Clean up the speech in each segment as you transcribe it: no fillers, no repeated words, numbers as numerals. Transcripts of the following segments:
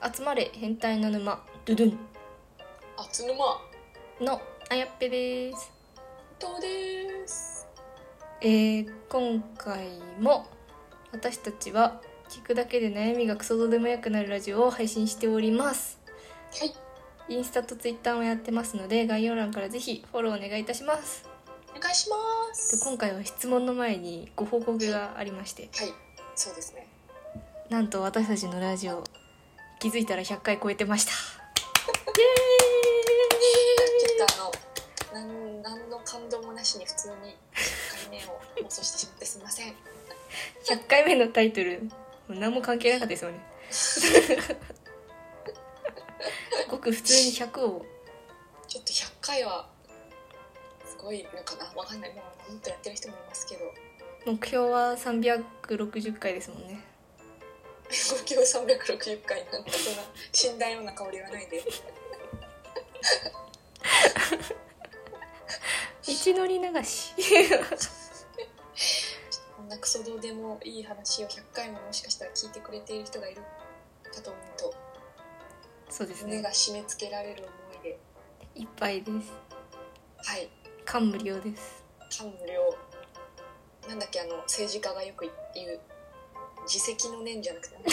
集まれ変態の沼ドゥドゥンあつぬまのあやっぺです。 どうです。 今回も私たちは聞くだけで悩みがクソどうでもよくなるラジオを配信しております。 はい、 インスタとツイッターもやってますので、概要欄からぜひフォローお願いいたします。 お願いします。 今回は質問の前にご報告がありまして、 はい、そうですね。 なんと私たちのラジオ気づいたら100回超えてました。イエーイ。 ちょっと何の感動もなしに普通に100回目を放送してしまってすみません。 100回目のタイトル何も関係なかったですよね。ごく普通に100をちょっと100回はすごいのかな、わかんない。もうもっとやってる人もいますけど、 目標は360回ですもんね。 目標360回なんかそんな死んだような香りはないで。 道のり流し。 こんなクソどうでもいい話を100回ももしかしたら聞いてくれている人がいるかと思うと、 そうですね、 胸が締め付けられる思いでいっぱいです。 はい、 感無量です。 感無量。なんだっけ、政治家がよく言う自責の念じゃなくて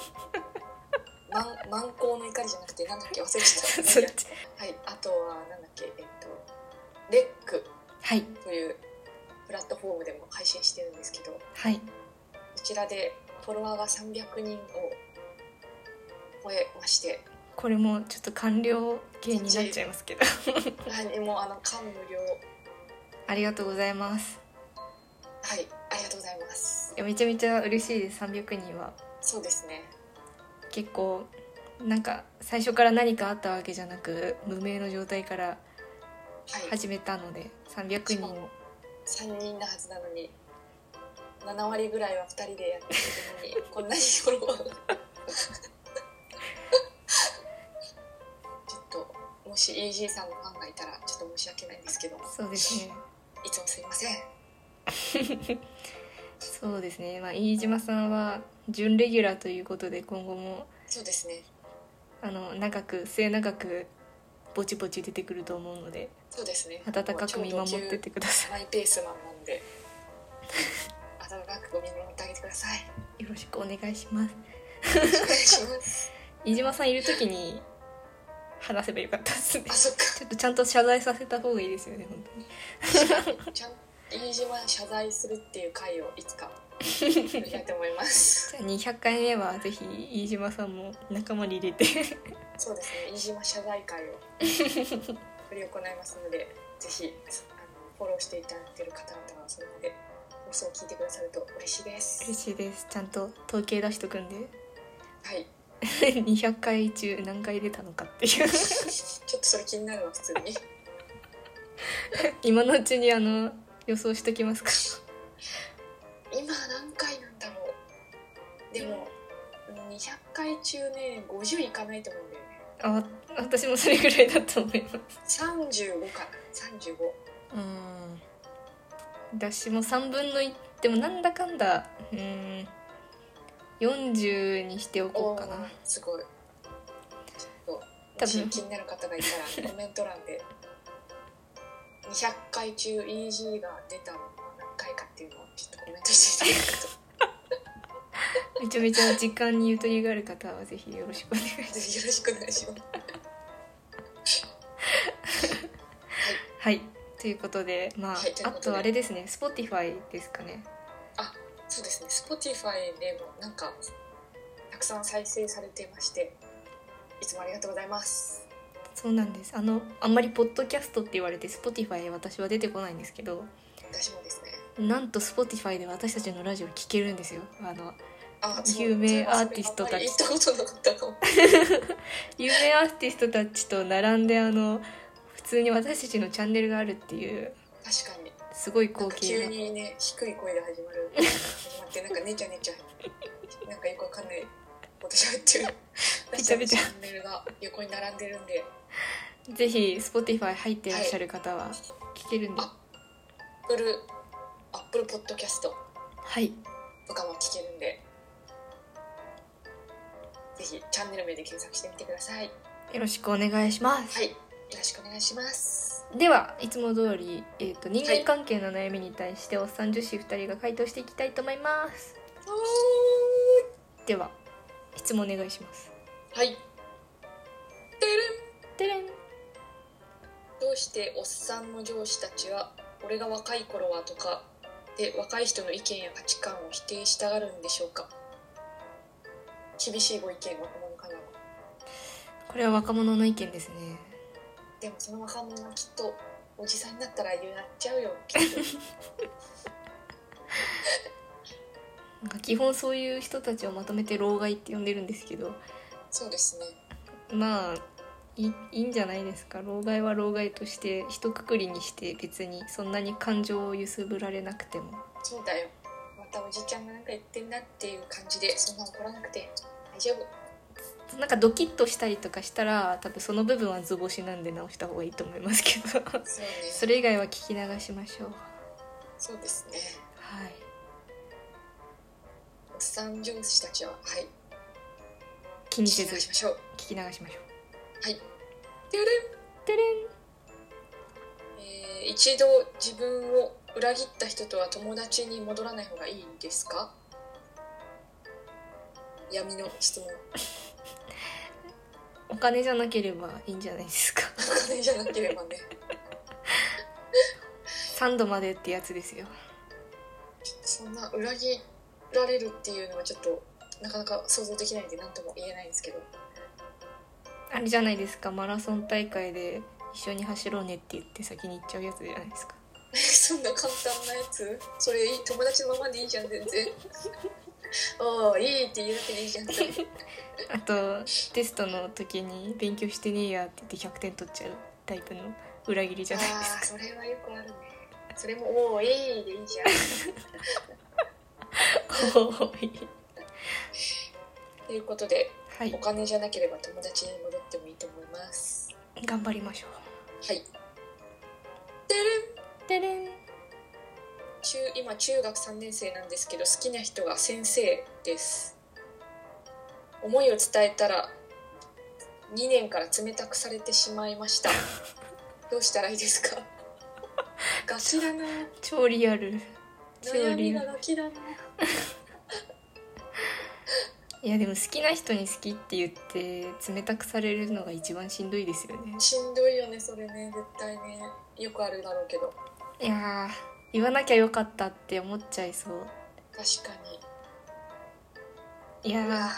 満行の怒りじゃなくてなんだっけ、忘れちゃったそっち。 はい、あとはなんだっけ、レックはいというプラットフォームでも配信してるんですけど、 はい、 こちらでフォロワーが300人を超えまして、 これもちょっと官僚系になっちゃいますけど何も感無量。 ありがとうございます。 はい、ありがとうございます。 いやめちゃめちゃ嬉しいです。300人はそうですね。 結構なんか最初から何かあったわけじゃなく無名の状態からはい、 始めたので、300人を 3人なはずなのに7割ぐらいは2人でやってるのにこんなにフォロワーちょっともし EG さんのファンがいたらちょっと申し訳ないんですけど、 そうですねいつもすいません。 そうですね、まあ、飯島さんは準レギュラーということで、今後もそうですね、 末永くぼちぼち出てくると思うので、 そうですね、 温かく見守っててくださマイペースマンなんで温かく見守ってあげてください。 い。よろしくお願いします。 よろしくお願いします飯島さんいる時に話せばよかったですね。 あ、そっか。 ちょっとちゃんと謝罪させた方がいいですよね、本当に。 ちゃん飯島謝罪するっていう回をいつかやりたいと思いますじゃあ200回目はぜひ飯島さんも仲間に入れてそうですね、飯島謝罪会を執り行いますので、ぜひフォローしていただいている方々はそれまで放送を聞いてくださると嬉しいです。 嬉しいです。ちゃんと統計出しとくんではい。 200回中何回出たのかっていうちょっとそれ気になるわ、普通に。 今のうちに予想しときますか。 今何回なんだろう。でも200回中ね、50いかないと思うんだよね。 私もそれぐらいだと思います。 35かな、35。 私も3分の1でもなんだかんだ40にしておこうかな。 すごい。ちょっともし気になる方がいたらコメント欄で200回中 EG が出たのは何回かっていうのをちょっとコメントしていただくとめちゃめちゃ時間にゆとりがある方はぜひよろしくお願いします。 ぜひよろしくお願いしますはい、ということで、まあ、 はい、 あとあれですね、Spotify ですかね。 あ、そうですね、Spotify でもなんかたくさん再生されてまして、いつもありがとうございます。 そうなんです。あんまりポッドキャストって言われて Spotify 私は出てこないんですけど、 私もですね、 なんと Spotify で私たちのラジオ聞けるんですよ。 そう有名アーティストたち、 行ったことなかったかも有名アーティストたちと並んで普通に私たちのチャンネルがあるっていう、 確かにすごいなんか光景が。 急にね、低い声で始まってなんかねちゃねちゃなんかよくわかんないこと喋ってるピチャピチャチャンネルが横に並んでるんで、 ぜひ Spotify 入ってらっしゃる方は聞けるんで、 アップルポッドキャストはい、 とかも聞けるんで、ぜひチャンネル名で検索してみてください。 よろしくお願いします。 はい、よろしくお願いします。 ではいつも通り、人間関係の悩みに対しておっさん女子2人が回答していきたいと思います。では質問お願いします。 はい。 てれん。 どうしておっさんの上司たちは俺が若い頃はとかで若い人の意見や価値観を否定したがるんでしょうか。厳しいご意見、若者からは。 これは若者の意見ですね。 でもその若者はきっとおじさんになったら言っちゃうよきっと。 なんか基本そういう人たちをまとめて老害って呼んでるんですけど、 そうですね。 まあいいんじゃないですか。老害は老害として一括りにして別にそんなに感情を揺すぶられなくても。 そうだよ、またおじちゃんがなんか言ってんなっていう感じでそんな怒らなくて大丈夫。 なんかドキッとしたりとかしたら多分その部分は図星なんで直した方がいいと思いますけどそうね。 それ以外は聞き流しましょう。 そうですね。 はい。 おっさん上司たちははい気にせず聞き流しましょう。 聞き流しましょう。 はい。ててれん。 一度自分を裏切った人とは友達に戻らない方がいいんですか。闇の質問。 お金じゃなければいいんじゃないですか。 お金じゃなければね。 3度までってやつですよ。 そんな裏切られるっていうのはちょっとなかなか想像できないんで何とも言えないんですけど。 あれじゃないですか、マラソン大会で一緒に走ろうねって言って先に行っちゃうやつじゃないですか。 そんな簡単なやつ。それいい、友達のままでいいじゃん全然。おーいいって言うだけでいいじゃん。 あとテストの時に勉強してねえやって言って100点取っちゃうタイプの裏切りじゃないですか。 それはよくあるね。それもおーいいでいいじゃん。 おいということで、 はい、 お金じゃなければ友達に戻ってもいいと思います。 頑張りましょう。はい。 てれん。 今中学3年生なんですけど好きな人が先生です。思いを伝えたら2年から冷たくされてしまいました。どうしたらいいですか。ガキだな。 超リアル。 悩みがガキだな。 いやでも好きな人に好きって言って冷たくされるのが一番しんどいですよね。 しんどいよねそれね。絶対ねよくあるだろうけど。 いや言わなきゃよかったって思っちゃいそう。 確かに。いやなんか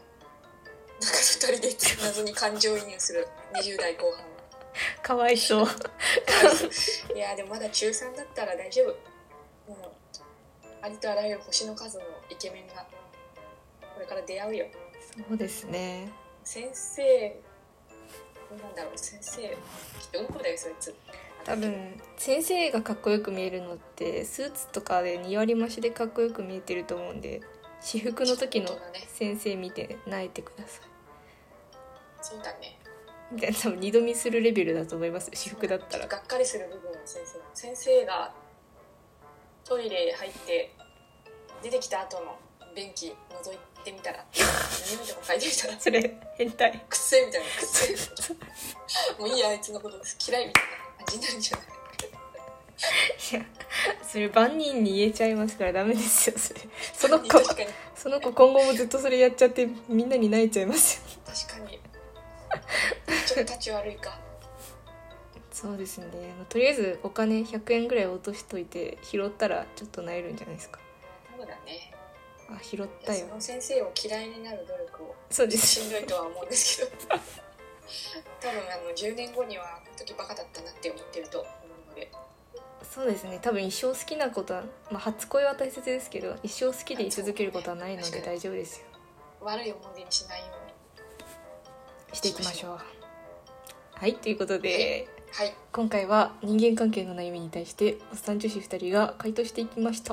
2人で謎に感情移入する20代後半。 かわいそう。 いやでもまだ中3だったら大丈夫。もうありとあらゆる星の数のイケメンがこれから出会うよ。 そうですね。 先生なんだろう、先生きっとうんこだよそいつ。 多分先生がかっこよく見えるのってスーツとかで2割増しでかっこよく見えてると思うんで、私服の時の先生見て泣いてください。 そうだね。 みたいな、多分二度見するレベルだと思います。私服だったらがっかりする部分は先生がトイレ入って出てきた後の便器覗いてみたら匂いとか嗅いでみたらそれ変態くっせえみたいな。くっせえもういいやあいつのこと嫌いみたいな感じになるんじゃない。 いやそれ万人に言えちゃいますからダメですよ。その子今後もずっとそれやっちゃってみんなに泣いちゃいますよ。 確かにちょっと立ち悪いか。 そうですね。とりあえずお金100円ぐらい落としといて拾ったらちょっとなえるんじゃないですか。 そうだね。 あ、拾ったよ。 その先生を嫌いになる努力をそうです。 しんどいとは思うんですけど多分10年後にはあの時バカだったなって思ってると思うので。 そうですね。多分一生好きなことは、初恋は大切ですけど一生好きで居続けることはないので大丈夫ですよ。 悪い思い出にしないようにしていきましょう。はい、ということで、 はい、 今回は人間関係の悩みに対しておっさん女子2人が回答していきました。 はい、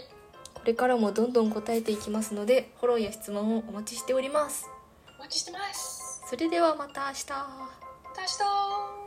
これからもどんどん答えていきますのでフォローや質問をお待ちしております。 お待ちしてます。 それではまた明日。 また明日。